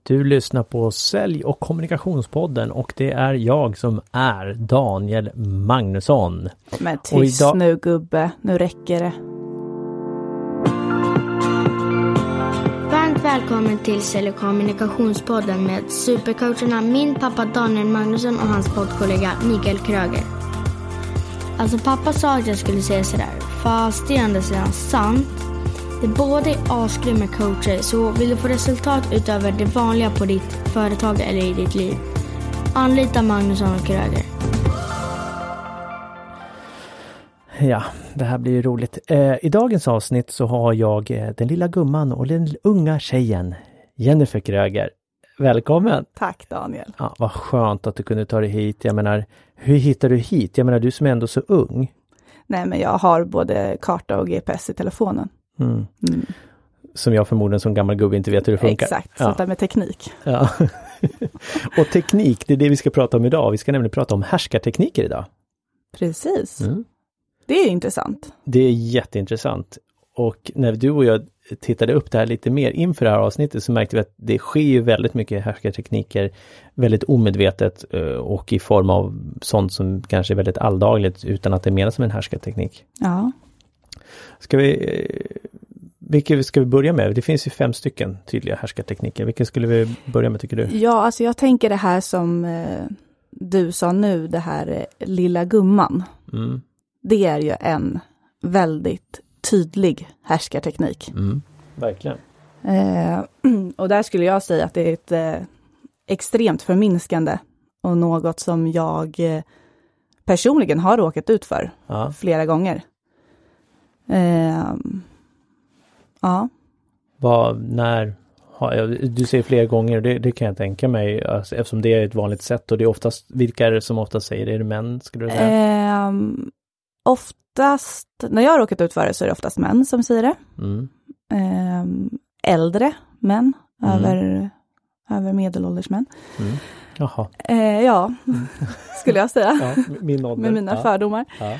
Du lyssnar på Sälj- och kommunikationspodden och det är jag som är Daniel Magnusson. Men tyst nu gubbe, nu räcker det. Varmt välkommen till Sälj- och kommunikationspodden med supercoacherna min pappa Daniel Magnusson och hans poddkollega Mikael Kröger. Alltså pappa sa att jag skulle säga sådär, fast det är ändå sedan sant. Det är både asgrymma coacher, så vill du få resultat utöver det vanliga på ditt företag eller i ditt liv. Anlita Magnusson och Kröger. Ja, det här blir ju roligt. I dagens avsnitt så har jag den lilla gumman och den unga tjejen, Jennifer Kröger. Välkommen! Tack Daniel. Ja, vad skönt att du kunde ta dig hit. Jag menar, hur hittar du hit? Jag menar, du som är ändå så ung. Nej, men jag har både karta och GPS i telefonen. Som jag förmodligen som gammal gubbe inte vet hur det funkar. Exakt, sånt där med teknik. Ja. Och teknik, det är det vi ska prata om idag. Vi ska nämligen prata om härskartekniker idag. Precis. Det är intressant. Det är jätteintressant. Och när du och jag tittade upp det här lite mer inför det här avsnittet så märkte vi att det sker ju väldigt mycket härskartekniker väldigt omedvetet och i form av sånt som kanske är väldigt alldagligt utan att det menas som en härskarteknik. Ja. Vilka ska vi börja med? Det finns ju 5 stycken tydliga härskartekniker. Vilka skulle vi börja med tycker du? Ja, alltså jag tänker det här som du sa nu, det här lilla gumman. Det är ju en väldigt tydlig härskarteknik. Verkligen. Och där skulle jag säga att det är ett extremt förminskande och något som jag personligen har råkat ut för flera gånger. Ja. Du säger flera gånger, det kan jag tänka mig, alltså, eftersom det är ett vanligt sätt och det är oftast, vilka är det som oftast säger det? Är det män, skulle du säga? Oftast, när jag har råkat ut för det så är det oftast män som säger det. Äldre män, över medelålders män. Jaha. Skulle jag säga. Ja, med mina fördomar. Ja.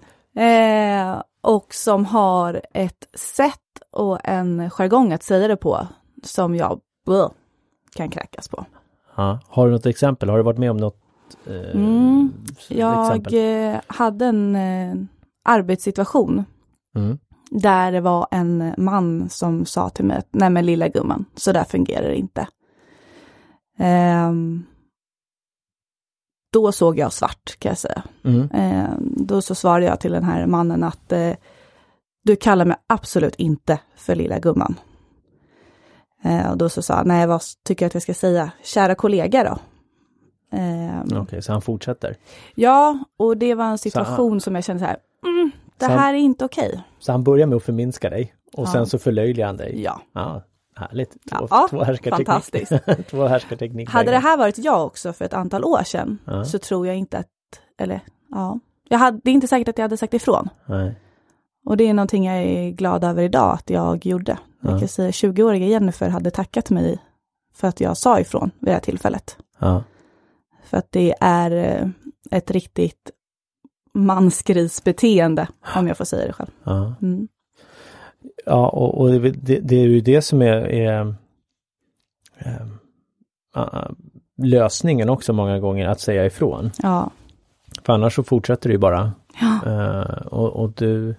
Och som har ett sätt och en jargong att säga det på som jag kan kräkas på. Ja. Har du något exempel? Har du varit med om något exempel? Jag hade en arbetssituation där det var en man som sa till mig att nej men lilla gumman, så där fungerar det inte. Då såg jag svart, kan jag säga. Då så svarade jag till den här mannen att du kallar mig absolut inte för lilla gumman. Och då så sa han, nej vad tycker jag att jag ska säga? Kära kollega då. Okej, så han fortsätter? Ja, och det var en situation som jag kände så här, det här är inte okej. Så han börjar med att förminska dig och sen så förlöjligar han dig? Ja. Härligt. Två fantastiskt. Två härskartekniker. Hade det här varit jag också för ett antal år sedan så tror jag inte att, det är inte säkert att jag hade sagt ifrån. Nej. Och det är någonting jag är glad över idag att jag gjorde. Jag kan säga 20-åriga Jennifer hade tackat mig för att jag sa ifrån vid det här tillfället. För att det är ett riktigt mansgrisbeteende, om jag får säga det själv. Ja, och det är ju det som är lösningen också många gånger, att säga ifrån. Ja. För annars så fortsätter du ju bara. Och du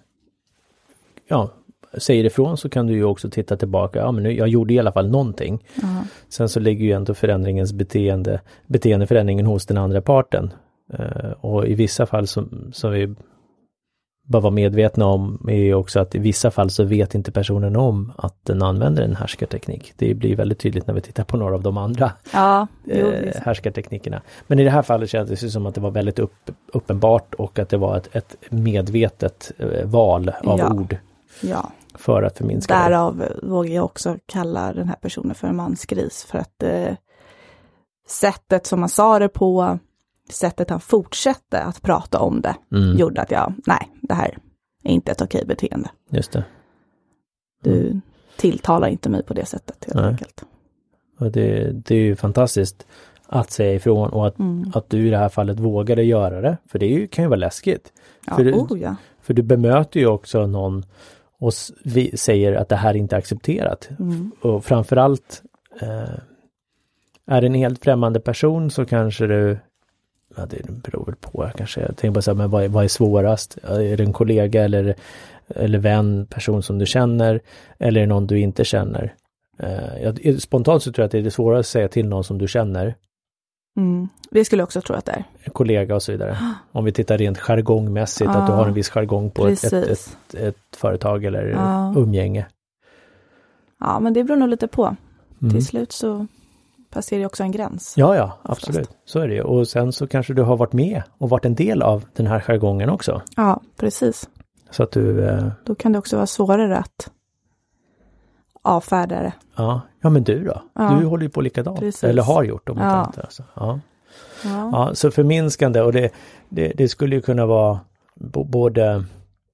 säger ifrån, så kan du ju också titta tillbaka. Men jag gjorde i alla fall någonting. Sen så ligger ju ändå beteendeförändringen hos den andra parten. Och i vissa fall som vi bara vara medvetna om är ju också att i vissa fall så vet inte personen om att den använder en härskarteknik. Det blir väldigt tydligt när vi tittar på några av de andra härskarteknikerna. Men i det här fallet kändes det som att det var väldigt uppenbart och att det var ett medvetet val av ord för att förminska. Därav vågar jag också kalla den här personen för en mansgris, för att sättet som man sa det på, sättet han fortsatte att prata om det gjorde att det här är inte ett okej beteende. Just det. Du tilltalar inte mig på det sättet helt enkelt. Och det är ju fantastiskt att säga ifrån och att du i det här fallet vågade göra det. För det kan ju vara läskigt. För du bemöter ju också någon och säger att det här inte är accepterat. Och framförallt Är det en helt främmande person så kanske du, ja, det beror väl på kanske. Jag tänker bara så här, men vad är svårast? Är det en kollega eller vän, person som du känner, eller är det någon du inte känner? Spontant så tror jag att det är det svåraste att säga till någon som du känner. Det skulle jag också tro att det är. En kollega och så vidare. Om vi tittar rent jargongmässigt, att du har en viss jargong på ett företag eller umgänge. Ja, men det beror nog lite på. Till slut så passerar ju också en gräns. Ja, absolut. Så är det ju. Och sen så kanske du har varit med och varit en del av den här jargongen också. Ja, precis. Så att du... Då kan det också vara svårare att avfärda det. Ja, men du då? Ja. Du håller ju på likadant. Precis. Eller har gjort om inte. Alltså. Ja, så förminskande, och det skulle ju kunna vara både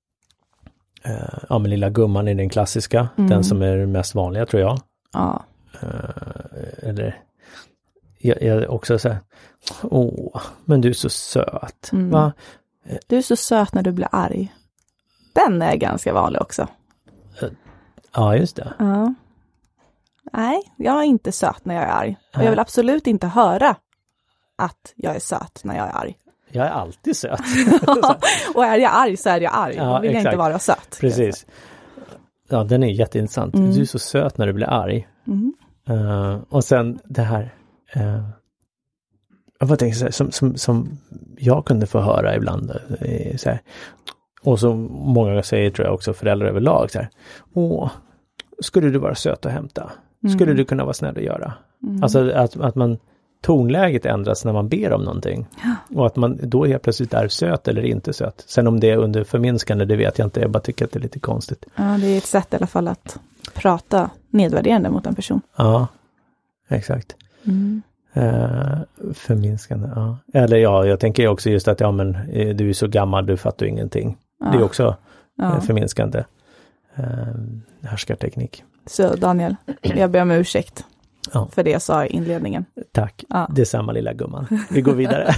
men lilla gumman är den klassiska, den som är den mest vanliga tror jag. Ja. Eller jag också säger, men du är så söt. Va? Du är så söt när du blir arg. Den är ganska vanlig också. Ja, just det. Ja. Nej, jag är inte söt när jag är arg. Och jag vill absolut inte höra att jag är söt när jag är arg. Jag är alltid söt. Och är jag arg så är jag arg. Då vill jag inte vara söt. Precis. Ja, den är jätteintressant. Du är så söt när du blir arg. Och sen det här... jag bara tänker så här, som jag kunde få höra ibland. Så här, och som många säger, tror jag också, föräldrar överlag. Så här, skulle du vara söt att hämta? Skulle du kunna vara snäll att göra? Alltså att man... Tonläget ändras när man ber om någonting. Och att man då helt plötsligt är söt eller inte söt. Sen om det är under förminskande, det vet jag inte. Jag bara tycker att det är lite konstigt. Ja, det är ett sätt i alla fall att prata nedvärderande mot en person. Ja, exakt. Förminskande, ja. Eller jag tänker också just att du är så gammal, du fattar ingenting. Det är också förminskande. Härskarteknik. Så Daniel, jag ber om ursäkt. För det jag sa i inledningen. Tack, det är samma lilla gumman. Vi går vidare.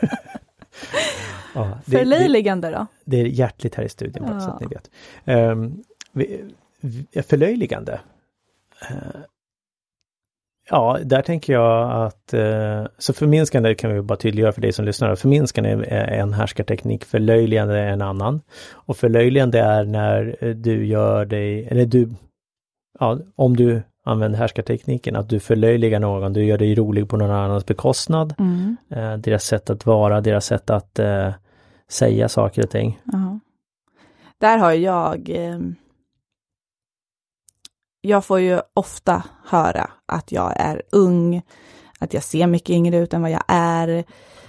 Förlöjligande då? Det är hjärtligt här i studion, bara så att ni vet. Förlöjligande. Där tänker jag att så förminskande kan vi bara tydliggöra för dig som lyssnar. Förminskande är en härskarteknik, förlöjligande är en annan. Och förlöjligande är när du gör dig, eller du, om du använder härskartekniken, att du förlöjligar någon, du gör dig rolig på någon annans bekostnad. Deras sätt att vara, deras sätt att säga saker och ting. Där har jag får ju ofta höra att jag är ung, att jag ser mycket yngre ut än vad jag är.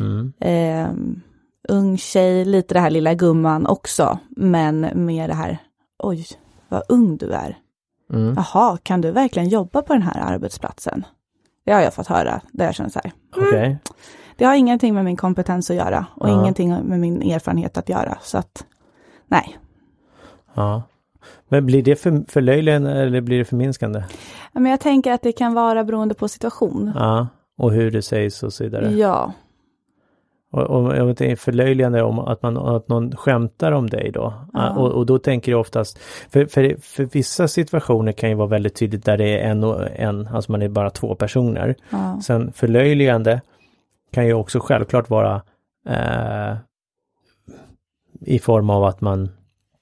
Ung tjej, lite det här lilla gumman också, men med det här, oj, vad ung du är. Jaha, kan du verkligen jobba på den här arbetsplatsen? Det har jag fått höra, där jag känner så här. Okay. Det har ingenting med min kompetens att göra och ingenting med min erfarenhet att göra, så att, nej. Ja. Men blir det förlöjligande eller blir det förminskande? Men jag tänker att det kan vara beroende på situation. Ja, och hur det sägs och så vidare. Ja. Och jag tänker förlöjligande om att någon skämtar om dig då. Och då tänker jag oftast, för vissa situationer kan ju vara väldigt tydligt där det är en, alltså man är bara två personer. Sen förlöjligande kan ju också självklart vara i form av att man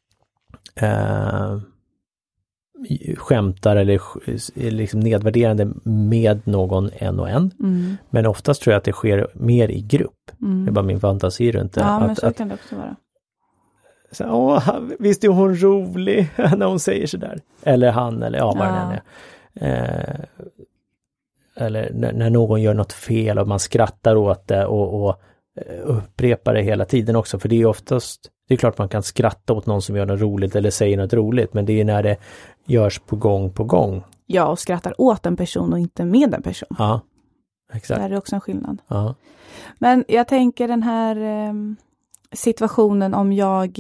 skämtar eller liksom nedvärderande med någon en och en. Men oftast tror jag att det sker mer i grupp. Det är bara min fantasi runt det. Ja, men så kan det också vara. Så, visst är hon rolig när hon säger sådär. Eller han, eller vad det är. Eller när någon gör något fel och man skrattar åt det och upprepar det hela tiden också. För det är ju oftast, det är klart man kan skratta åt någon som gör något roligt eller säger något roligt, men det är när det görs på gång. Ja, och skrattar åt en person och inte med en person. Ja, exakt. Det är också en skillnad. Ja. Men jag tänker den här situationen om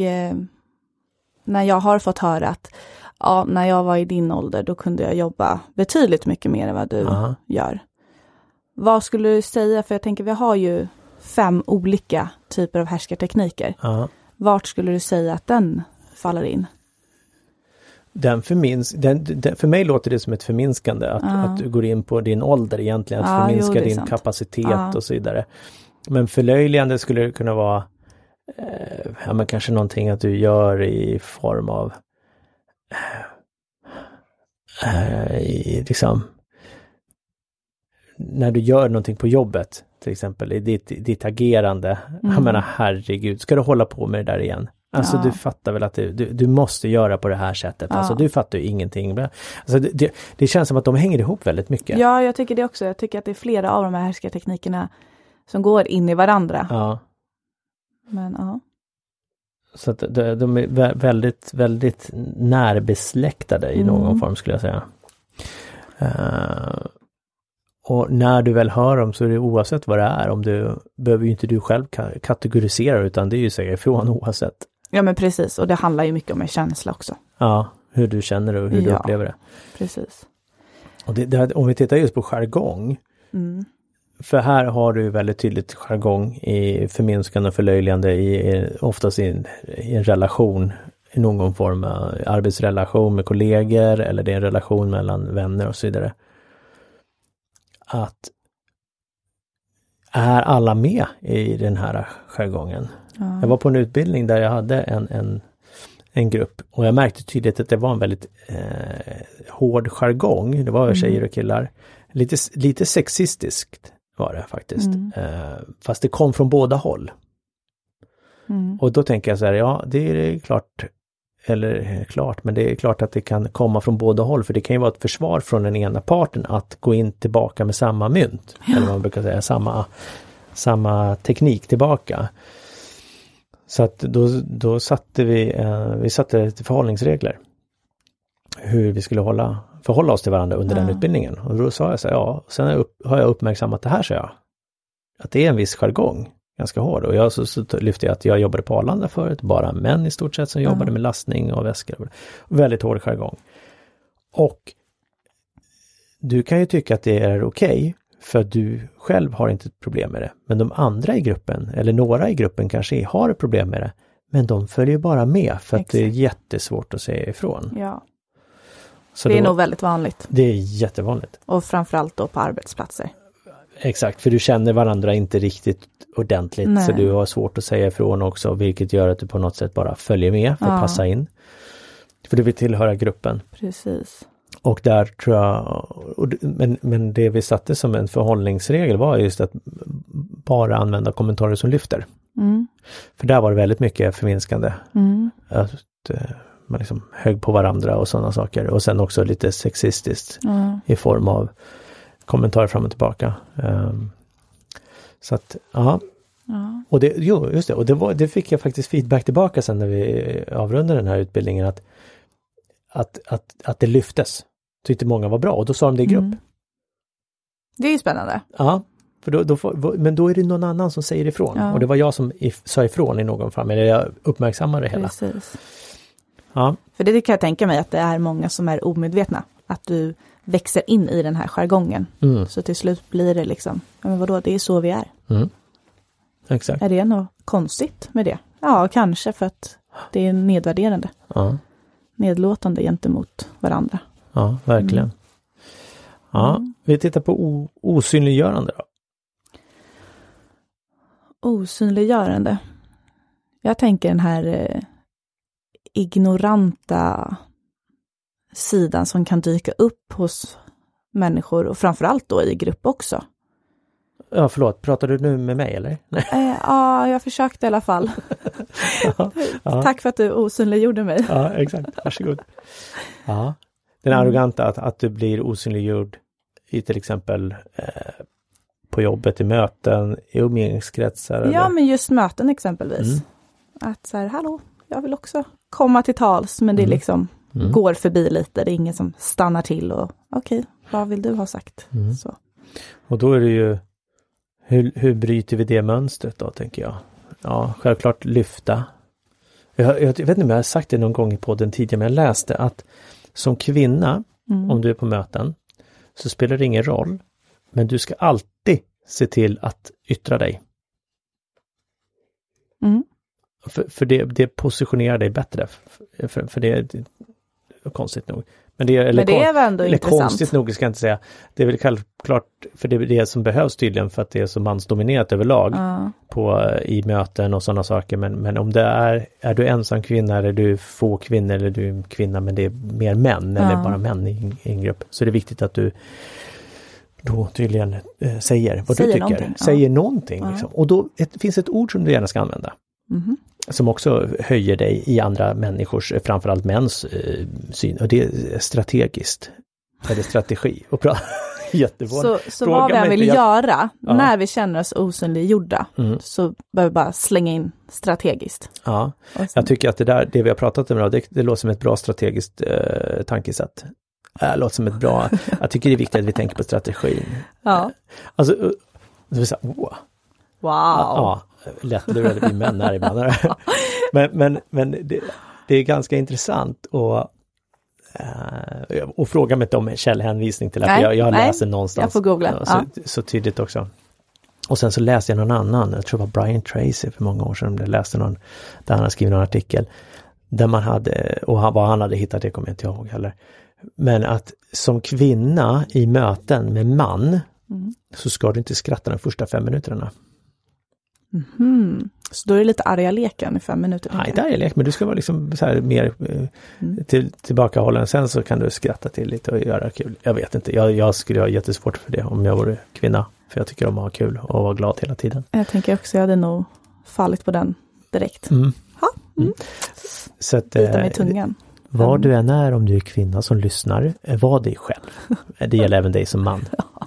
när jag har fått höra att när jag var i din ålder då kunde jag jobba betydligt mycket mer än vad du gör. Vad skulle du säga, för jag tänker vi har ju 5 olika typer av härskartekniker. Vart skulle du säga att den faller in? för mig låter det som ett förminskande att du går in på din ålder egentligen, att förminska din kapacitet och så vidare. Men förlöjligande skulle det kunna vara men kanske någonting att du gör i form av liksom när du gör någonting på jobbet till exempel, i ditt agerande. Jag menar, herregud, ska du hålla på med det där igen? Alltså du fattar väl att du måste göra på det här sättet. Alltså du fattar ju ingenting. Alltså, det känns som att de hänger ihop väldigt mycket. Ja, jag tycker det också. Jag tycker att det är flera av de här härskarteknikerna som går in i varandra. Ja. Men Så att de är väldigt, väldigt närbesläktade i någon form, skulle jag säga. Och när du väl hör dem så är det oavsett vad det är. Behöver ju inte du själv kategorisera, utan det är ju säga ifrån oavsett. Ja, men precis. Och det handlar ju mycket om en känsla också. Ja, hur du känner och hur du upplever det. Precis. Och om vi tittar just på jargong. För här har du väldigt tydligt jargong i förminskande och förlöjligande oftast i en relation, i någon form av arbetsrelation med kollegor, eller det är en relation mellan vänner och så vidare. Att är alla med i den här jargongen? Ja. Jag var på en utbildning där jag hade en grupp, och jag märkte tydligt att det var en väldigt hård jargong. Det var tjejer och killar. Lite sexistiskt var det faktiskt. Fast det kom från båda håll. Och då tänker jag så här, det är klart, men det är klart att det kan komma från båda håll, för det kan ju vara ett försvar från den ena parten att gå in tillbaka med samma mynt, eller man brukar säga samma teknik tillbaka. Så att då satte vi satte förhållningsregler hur vi skulle förhålla oss till varandra under den utbildningen, och då sa jag så här, sen har jag uppmärksammat det här, så att det är en viss jargong, ganska hård. Och jag så lyfte jag att jag jobbade på Arlanda förut, bara män i stort sett som jobbade med lastning och väskor. Väldigt hård jargong. Och du kan ju tycka att det är okej, för att du själv har inte ett problem med det. Men de andra i gruppen, eller några i gruppen kanske har ett problem med det. Men de följer bara med, för att det är jättesvårt att säga ifrån. Ja. Så det är nog väldigt vanligt. Det är jättevanligt. Och framförallt då på arbetsplatser. Exakt, för du känner varandra inte riktigt ordentligt. Nej. Så du har svårt att säga ifrån också, vilket gör att du på något sätt bara följer med för att passa in. För du vill tillhöra gruppen. Precis. Och där tror jag, men det vi satte som en förhållningsregel var just att bara använda kommentarer som lyfter. För där var det väldigt mycket förminskande. Att man liksom högg på varandra och sådana saker. Och sen också lite sexistiskt i form av kommentarer fram och tillbaka. Så att, Och just det. Och det fick jag faktiskt feedback tillbaka sen när vi avrundade den här utbildningen, att det lyftes. Tyckte många var bra, och då sa de det i grupp. Det är ju spännande. Ja, men då är det någon annan som säger ifrån. Ja. Och det var jag som sa ifrån i någon form, eller jag uppmärksammade det hela. Precis. Ja. För det kan jag tänka mig att det är många som är omedvetna. Att du växer in i den här jargongen. Så till slut blir det liksom, men vadå, det är så vi är. Exakt. Är det något konstigt med det? Ja, kanske, för att det är nedvärderande. Nedlåtande gentemot varandra. Ja, verkligen. Vi tittar på osynliggörande då. Osynliggörande. Jag tänker den här ignoranta sidan som kan dyka upp hos människor, och framförallt då i grupp också. Ja, förlåt. Pratar du nu med mig eller? Ja, jag försökte i alla fall. Tack för att du osynliggjorde mig. Ja, exakt. Varsågod. Ja. Den arroganta, att du blir osynliggjord i till exempel på jobbet, i möten, i umgängeskretsar. Ja, eller? Men just möten exempelvis. Att så här, hallå, jag vill också komma till tals, men det liksom går förbi lite. Det är ingen som stannar till och okej, vad vill du ha sagt? Så. Och då är det ju, hur bryter vi det mönstret då, tänker jag? Ja, självklart lyfta. Jag vet inte om jag har sagt det någon gång i podden tidigare, men jag läste att som kvinna, om du är på möten, så spelar det ingen roll, men du ska alltid se till att yttra dig. För det positionerar dig bättre. För det, konstigt nog. Men det är väl ändå intressant. Konstigt nog ska jag inte säga. Det är väl självklart, för det är det som behövs tydligen för att det är så mansdominerat överlag i möten och sådana saker. Men om det är du ensam kvinna eller du är få kvinnor eller du är en kvinna men det är mer män eller bara män i en grupp, så är det viktigt att du då tydligen säger vad du tycker. Säger någonting. Liksom. Och då finns ett ord som du gärna ska använda. Mm-hmm. Som också höjer dig i andra människors, framförallt mäns syn. Och det är strategiskt. Eller strategi. Så vad vi vill göra när vi känner oss osynliggjorda så behöver vi bara slänga in strategiskt. Ja, jag tycker att det vi har pratat om idag, det låter som ett bra strategiskt tankesätt. Det låter som ett bra... Jag tycker det är viktigt att vi tänker på strategin. Ja. Alltså, det vill säga, wow. Ja, lätt att bli män här ibland. men det är ganska intressant och fråga mig inte om källhänvisning till att jag läser någonstans. Jag får googla. Så tydligt också. Och sen så läste jag någon annan, jag tror det var Brian Tracy för många år sedan, jag läste någon där han hade skrivit någon artikel där man hade, och vad han hade hittat, det kommer jag inte ihåg heller. Men att som kvinna i möten med man så ska du inte skratta de första 5 minuterna. Så då är det lite arga leken i 5 minuter? Nej, inte arga lek, men du ska vara liksom så här mer tillbakahållen. Sen så kan du skratta till lite och göra kul. Jag vet inte, jag skulle ha jättesvårt för det om jag vore kvinna. För jag tycker om att ha kul och vara glad hela tiden. Jag tänker också, jag hade nog fallit på den direkt. Så att, bita med tungan. Vad du än är, om du är kvinna som lyssnar, var dig själv. Det gäller även dig som man.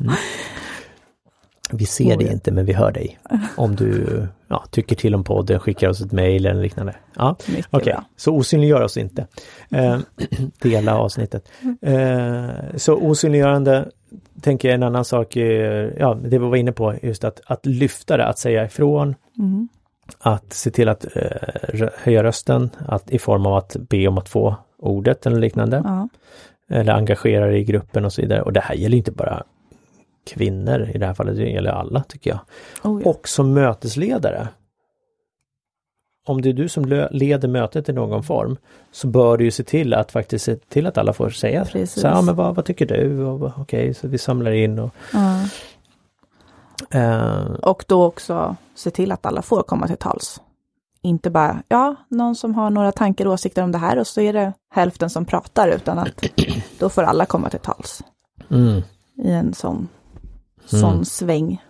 Vi ser dig inte, men vi hör dig. Om du tycker till om podden, skickar oss ett mejl eller liknande. Ja, okej. Så osynliggör oss inte. Dela avsnittet. Så osynliggörande, tänker jag en annan sak. Det vi var inne på, just att lyfta det, att säga ifrån. Att se till att höja rösten, att i form av att be om att få ordet eller liknande. Eller engagera dig i gruppen och så vidare. Och det här gäller inte bara kvinnor i det här fallet, det gäller alla tycker jag. Och som mötesledare, om det är du som leder mötet i någon form, så bör du ju se till att alla får säga. Så, men vad tycker du? Okej, så vi samlar in och då också se till att alla får komma till tals. Inte bara, någon som har några tankar och åsikter om det här och så är det hälften som pratar, utan att då får alla komma till tals. I en sån sväng.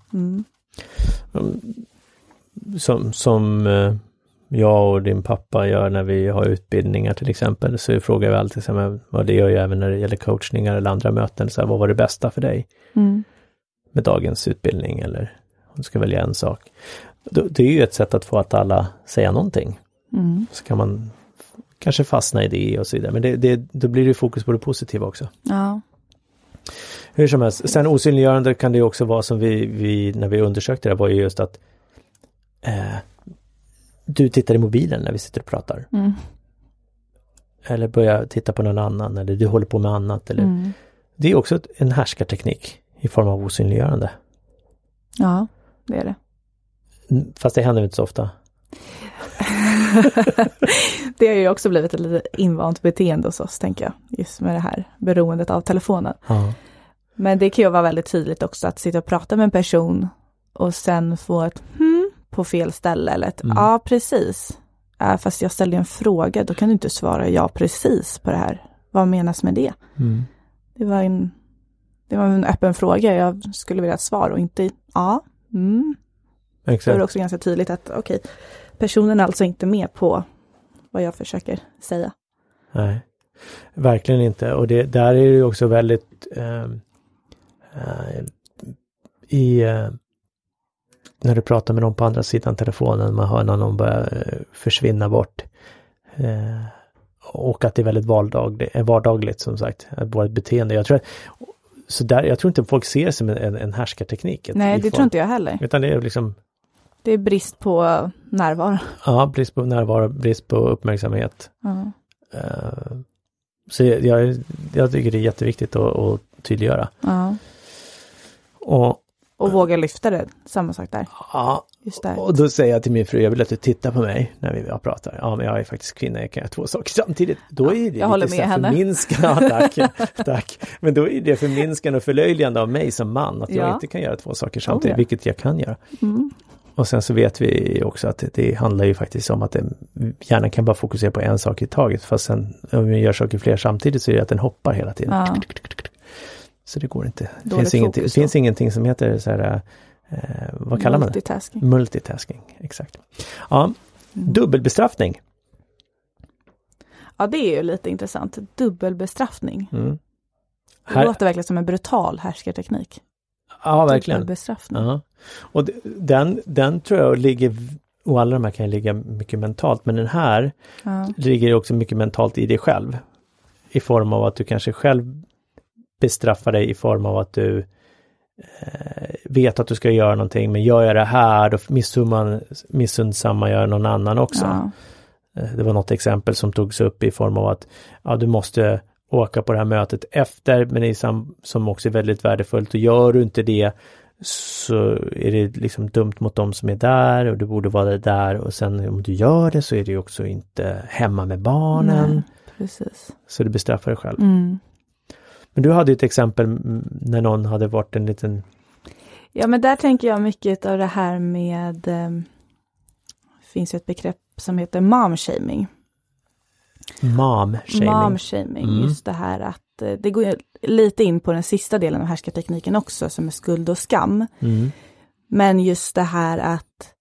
Som jag och din pappa gör när vi har utbildningar till exempel, så frågar vi alltid vad det gör jag även när det gäller coachningar eller andra möten. Så här, vad var det bästa för dig med dagens utbildning, eller om du ska välja en sak. Det är ju ett sätt att få att alla säga någonting. Så kan man kanske fastna i det och så vidare. Men då blir det fokus på det positiva också. Ja. Hur som helst. Sen osynliggörande kan det också vara, som vi när vi undersökte det, var ju just att du tittar i mobilen när vi sitter och pratar. Eller börjar titta på någon annan, eller du håller på med annat. Eller. Det är också en härskarteknik i form av osynliggörande. Ja, det är det. Fast det händer inte så ofta. Det har ju också blivit ett lite invant beteende hos oss, tänker jag. Just med det här beroendet av telefonen. Men det kan ju vara väldigt tydligt också att sitta och prata med en person och sen få ett på fel ställe eller ett ja precis. Fast jag ställde en fråga, då kan du inte svara ja precis på det här. Vad menas med det? Det var en öppen fråga. Jag skulle vilja ha svar och inte ja. Exakt. Det är också ganska tydligt att personen är alltså inte med på vad jag försöker säga. Nej, verkligen inte. Och där är det ju också väldigt när du pratar med någon på andra sidan telefonen, man hör någon börja försvinna bort. Och att det är väldigt vardagligt som sagt, vårt beteende. Jag tror inte folk ser det som en härskarteknik. Nej, det tror inte jag heller. Utan det är liksom... Det är brist på närvaro. Ja, brist på närvaro, brist på uppmärksamhet. Så jag tycker det är jätteviktigt att tydliggöra. Och våga lyfta det, samma sak där. Ja, och då säger jag till min fru, jag vill att du tittar på mig när vi pratar. Ja, men jag är faktiskt kvinna, jag kan göra 2 saker samtidigt. Då är det jag håller med henne. Ja, tack. Men då är det förminskande och förlöjligande av mig som man, att jag inte kan göra 2 saker samtidigt, vilket jag kan göra. Och sen så vet vi också att det handlar ju faktiskt om att hjärnan kan bara fokusera på en sak i taget, fast sen om vi gör saker fler samtidigt så är det att den hoppar hela tiden. Ja. Så det går inte. Det finns ingenting som heter så här, vad kallar man det? Multitasking, exakt. Ja, dubbelbestraffning. Ja, det är ju lite intressant. Dubbelbestraffning. Det låter verkligen som en brutal härskarteknik. Ja, verkligen. Dubbelbestraffning. Ja. Och den tror jag ligger, och alla de här kan ligga mycket mentalt, men den här ligger också mycket mentalt i dig själv. I form av att du kanske själv bestraffar dig i form av att du vet att du ska göra någonting, men gör jag det här, då missundsamma gör någon annan också. Ja. Det var något exempel som togs upp i form av att du måste åka på det här mötet efter, men det är som också är väldigt värdefullt, och gör du inte det så är det liksom dumt mot dem som är där, och du borde vara där, och sen om du gör det så är det ju också inte hemma med barnen. Nej, precis. Så du bestraffar dig själv. Men du hade ett exempel när någon hade varit en liten... Ja, men där tänker jag mycket av det här med... Det finns ju ett begrepp som heter mom-shaming. Mom-shaming. Just det här att... Det går lite in på den sista delen av härskartekniken också, som är skuld och skam. Men just det här att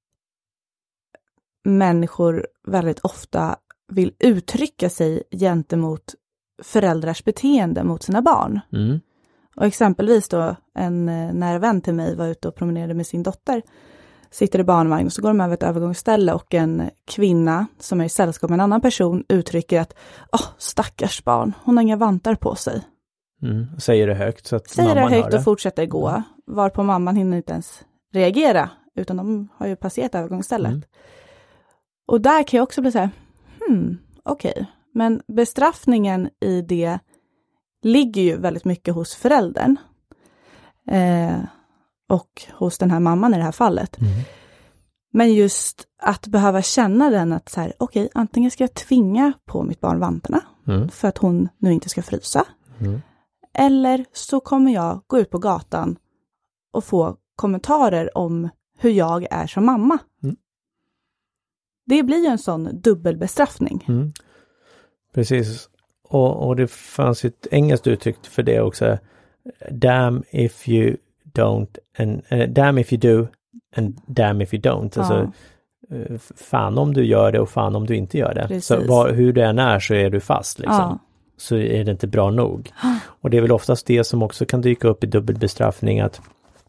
människor väldigt ofta vill uttrycka sig gentemot föräldrars beteende mot sina barn. Och exempelvis då en nära vän till mig var ute och promenerade med sin dotter, sitter i barnvagn, och så går de över ett övergångsställe, och en kvinna som är i sällskap med en annan person uttrycker att stackars barn, hon har inga vantar på sig. Säger det högt så att säger det högt och fortsätter gå, varpå mamman hinner inte ens reagera, utan de har ju passerat övergångsstället. Och där kan jag också bli så här, okej. Men bestraffningen i det ligger ju väldigt mycket hos föräldern. Och hos den här mamman i det här fallet. Men just att behöva känna den att så här, okej, antingen ska jag tvinga på mitt barn vantarna för att hon nu inte ska frysa. Eller så kommer jag gå ut på gatan och få kommentarer om hur jag är som mamma. Det blir ju en sån dubbelbestraffning. Precis. Och det fanns ett engelskt uttryck för det också. Damn if you don't, and damn if you do, and damn if you don't. Alltså, fan om du gör det och fan om du inte gör det. Precis. Så hur det än är så är du fast liksom. Så är det inte bra nog. Och det är väl oftast det som också kan dyka upp i dubbelbestraffning, att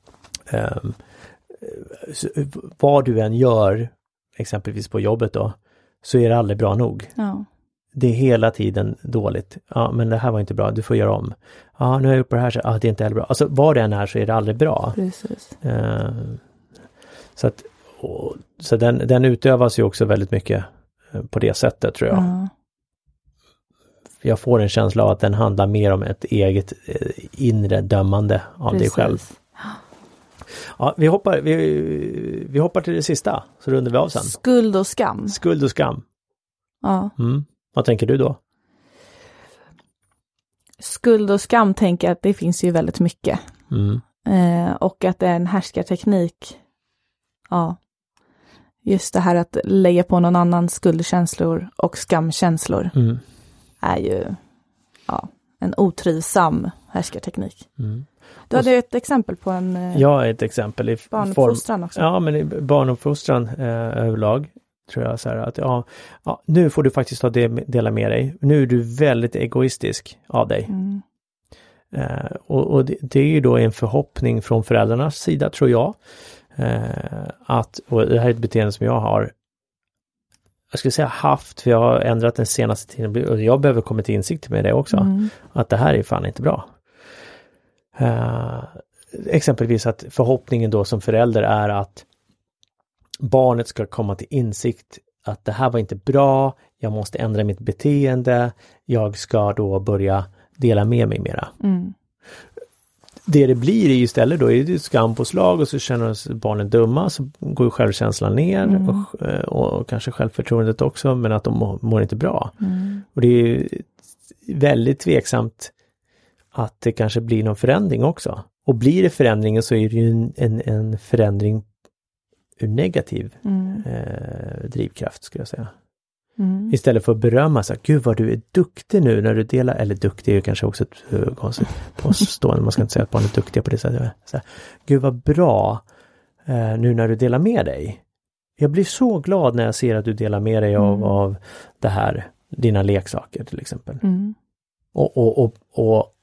vad du än gör, exempelvis på jobbet då, så är det aldrig bra nog. Det är hela tiden dåligt. Ja, men det här var inte bra, du får göra om. Ja, nu har jag gjort på det här, så det är inte heller bra. Alltså vad det än är så är det aldrig bra. Precis. Så den utövas ju också väldigt mycket på det sättet, tror jag. Jag får en känsla av att den handlar mer om ett eget inre dömande av dig själv. Ja, vi hoppar till det sista, så rundar vi av sen. Skuld och skam. Skuld och skam. Ja. Vad tänker du då? Skuld och skam tänker jag att det finns ju väldigt mycket. Och att det är en härskarteknik. Ja. Just det här att lägga på någon annan skuldkänslor och skamkänslor är ju en otrivsam härskarteknik. Du hade ju ett exempel på en ett exempel i barnuppfostran också. Ja, men i barnuppfostran överlag tror jag så här att nu får du faktiskt dela med dig. Nu är du väldigt egoistisk av dig. Och det är ju då en förhoppning från föräldrarnas sida, tror jag. Och det här är ett beteende som jag skulle säga haft, för jag har ändrat den senaste tiden, och jag behöver komma till insikt med det också, att det här är fan inte bra. Exempelvis att förhoppningen då som förälder är att barnet ska komma till insikt att det här var inte bra, jag måste ändra mitt beteende, jag ska då börja dela med mig mera. det blir istället då är det skampåslag och så känner barnen dumma, så går självkänslan ner och kanske självförtroendet också, men att de mår inte bra. Och det är väldigt tveksamt att det kanske blir någon förändring också. Och blir det förändringen så är det ju en förändring ur negativ drivkraft, skulle jag säga. Istället för att berömma sig, gud vad du är duktig nu när du delar, eller duktig är ju kanske också ett konstigt påstående, man ska inte säga att barn är duktiga på det sättet. Så här, gud vad bra nu när du delar med dig. Jag blir så glad när jag ser att du delar med dig av det här, dina leksaker till exempel. Och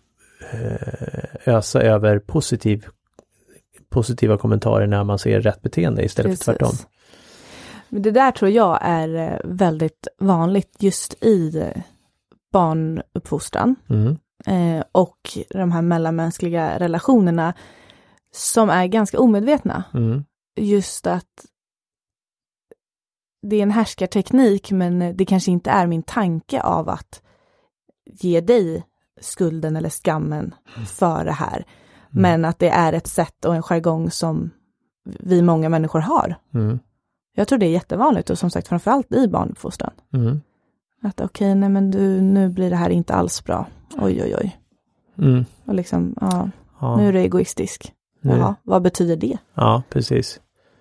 ösa över positiva kommentarer när man ser rätt beteende istället för tvärtom. Det där tror jag är väldigt vanligt just i barnuppfostran och de här mellanmänskliga relationerna som är ganska omedvetna. Just att det är en härskarteknik, men det kanske inte är min tanke av att ge dig skulden eller skammen för det här. Men att det är ett sätt och en jargong som vi många människor har. Jag tror det är jättevanligt, och som sagt framförallt i barnuppfostran. Att okej, nej men nu blir det här inte alls bra. Oj. Och liksom, nu är du egoistisk. Jaha, vad betyder det? Ja, precis.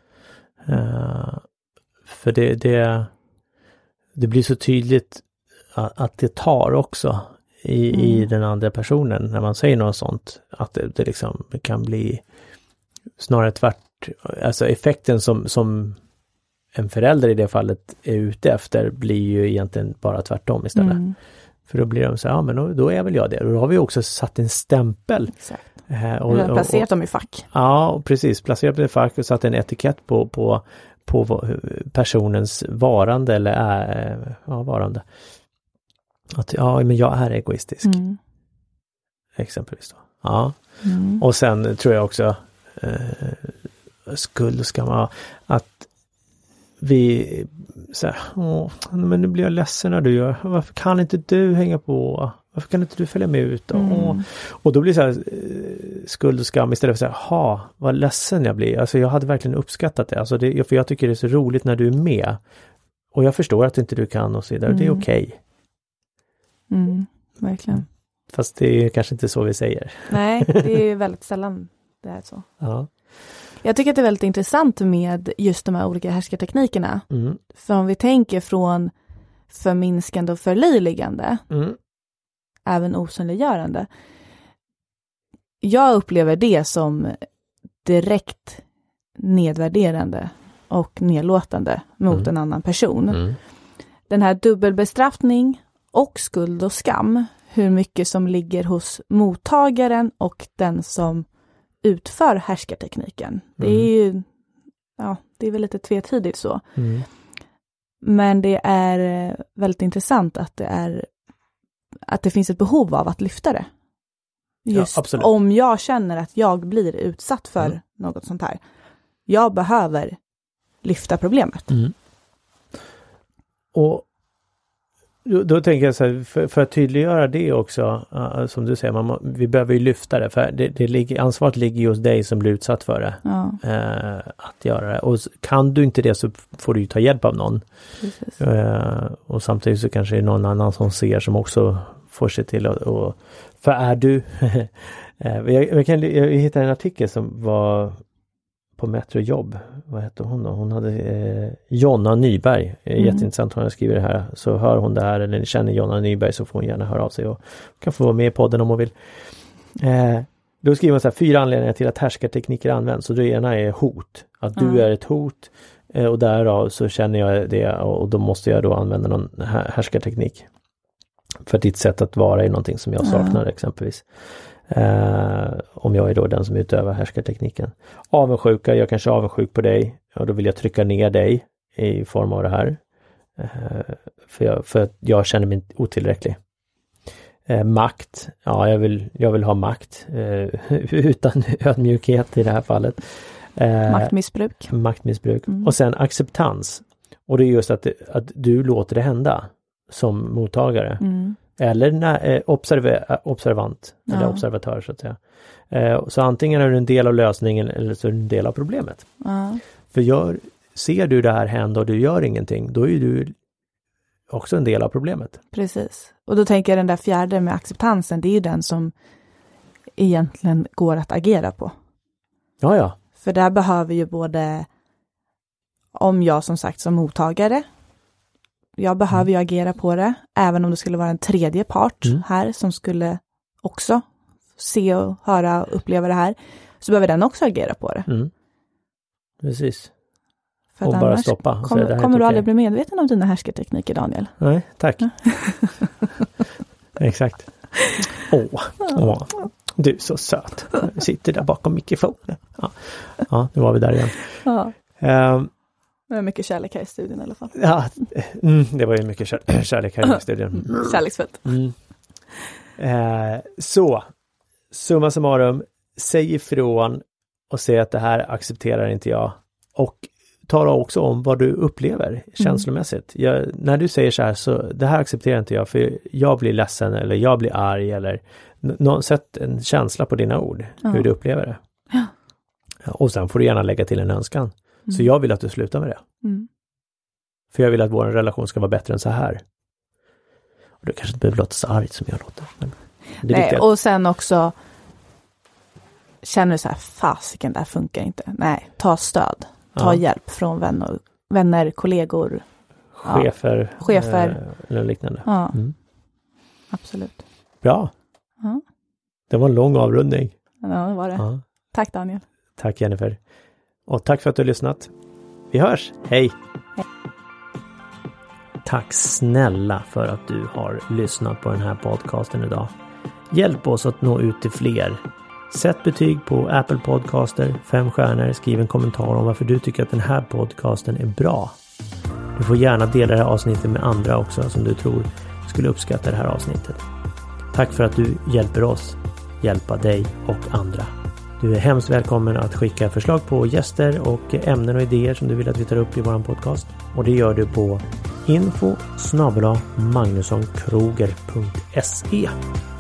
För det blir så tydligt att det tar också i den andra personen när man säger något sånt. Att det liksom kan bli snarare alltså effekten som en förälder i det fallet är ute efter blir ju egentligen bara tvärtom istället. För då blir de så här, men då är väl jag det. Och då har vi också satt en stämpel. Exakt. Och placerat dem i fack. Ja, precis. Placerat dem i fack och satt en etikett på personens varande eller varande. Att men jag är egoistisk. Exempelvis då. Ja. Och sen tror jag också skuld och skam, att vi så här, men nu blir jag ledsen när du gör. Varför kan inte du hänga på? Varför kan inte du följa med ut? Och då blir det så här skuld och skam istället för att säga, vad ledsen jag blir. Alltså jag hade verkligen uppskattat det. Alltså för jag tycker det är så roligt när du är med. Och jag förstår att inte du kan och så vidare. Det är okej. Verkligen. Fast det är kanske inte så vi säger. Nej, det är väldigt sällan det är så. Ja. Jag tycker att det är väldigt intressant med just de här olika härskarteknikerna. För om vi tänker från förminskande och förlöjligande, även osynliggörande. Jag upplever det som direkt nedvärderande och nedlåtande mot en annan person. Den här dubbelbestraffning och skuld och skam, hur mycket som ligger hos mottagaren och den som utför härskartekniken. Det är ju, det är väl lite tvetydigt så. Men det är väldigt intressant att det finns ett behov av att lyfta det. Just om jag känner att jag blir utsatt för något sånt här. Jag behöver lyfta problemet. Och då tänker jag så här, för att tydliggöra det också, som du säger, vi behöver ju lyfta det, för ansvaret ligger ju hos dig som blir utsatt för det. Att göra det. Och kan du inte det så får du ju ta hjälp av någon. Och samtidigt så kanske det är någon annan som ser, som också får se till och för är du jag hittade en artikel som var på Metrojobb. Vad hette hon då? Hon hade Jonna Nyberg. Jätteintressant, hon har skrivit det här. Så hör hon det här eller ni känner Jonna Nyberg så får hon gärna höra av sig och kan få vara med i podden om hon vill. Då skriver hon så här: 4 anledningar till att härskartekniker används. Och det ena är hot. Att du är ett hot och därav så känner jag det och då måste jag då använda någon härskarteknik. För ditt sätt att vara är någonting som jag saknar exempelvis. Om jag är då den som utövar härskartekniken. Avundsjuka, jag kanske är avundsjuk på dig och då vill jag trycka ner dig i form av det här. För att jag känner mig otillräcklig. Makt, jag vill ha makt utan ödmjukhet i det här fallet. Maktmissbruk. Och sen acceptans. Och det är just att du låter det hända som mottagare. Eller observant, eller observatör så att säga. Så antingen är du en del av lösningen eller så är du en del av problemet. För ser du det här hända och du gör ingenting, då är du också en del av problemet. Precis. Och då tänker jag den där fjärde med acceptansen, det är ju den som egentligen går att agera på. Ja. För där behöver ju både, om jag som sagt som mottagare, jag behöver ju agera på det, även om det skulle vara en tredje part här som skulle också se och höra och uppleva det här, så behöver den också agera på det. Precis. För och bara stoppa. Kommer du aldrig bli medveten om dina härskartekniker, Daniel? Nej, tack. Exakt. Du är så söt. Sitter där bakom mikrofonen. Ja, nu var vi där igen. Det var mycket kärlek här i studion i alla fall. Ja, det var ju mycket kärlek här i studion. Kärleksfullt. Så, summa summarum, säg ifrån och säg att det här accepterar inte jag. Och tala också om vad du upplever känslomässigt. När du säger så här, så det här accepterar inte jag, för jag blir ledsen eller jag blir arg eller sätt en känsla på dina ord, hur du upplever det. Ja. Och sen får du gärna lägga till en önskan. Så jag vill att du slutar med det. För jag vill att vår relation ska vara bättre än så här. Och du kanske inte behöver låta så argt som jag låter. Men det är nej, och sen också känner du så här, fasiken, där funkar inte. Nej, ta stöd. Ta hjälp från vänner, kollegor. Chefer. Eller liknande. Ja, absolut. Bra. Det var en lång avrundning. Ja, det var det. Ja. Tack Daniel. Tack Jennifer. Och tack för att du har lyssnat. Vi hörs. Hej. Tack snälla för att du har lyssnat på den här podcasten idag. Hjälp oss att nå ut till fler. Sätt betyg på Apple Podcaster, 5 stjärnor, skriv en kommentar om varför du tycker att den här podcasten är bra. Du får gärna dela det här avsnittet med andra också som du tror skulle uppskatta det här avsnittet. Tack för att du hjälper oss hjälpa dig och andra. Du är hemskt välkommen att skicka förslag på gäster och ämnen och idéer som du vill att vi tar upp i vår podcast. Och det gör du på info@magnussonkroger.se.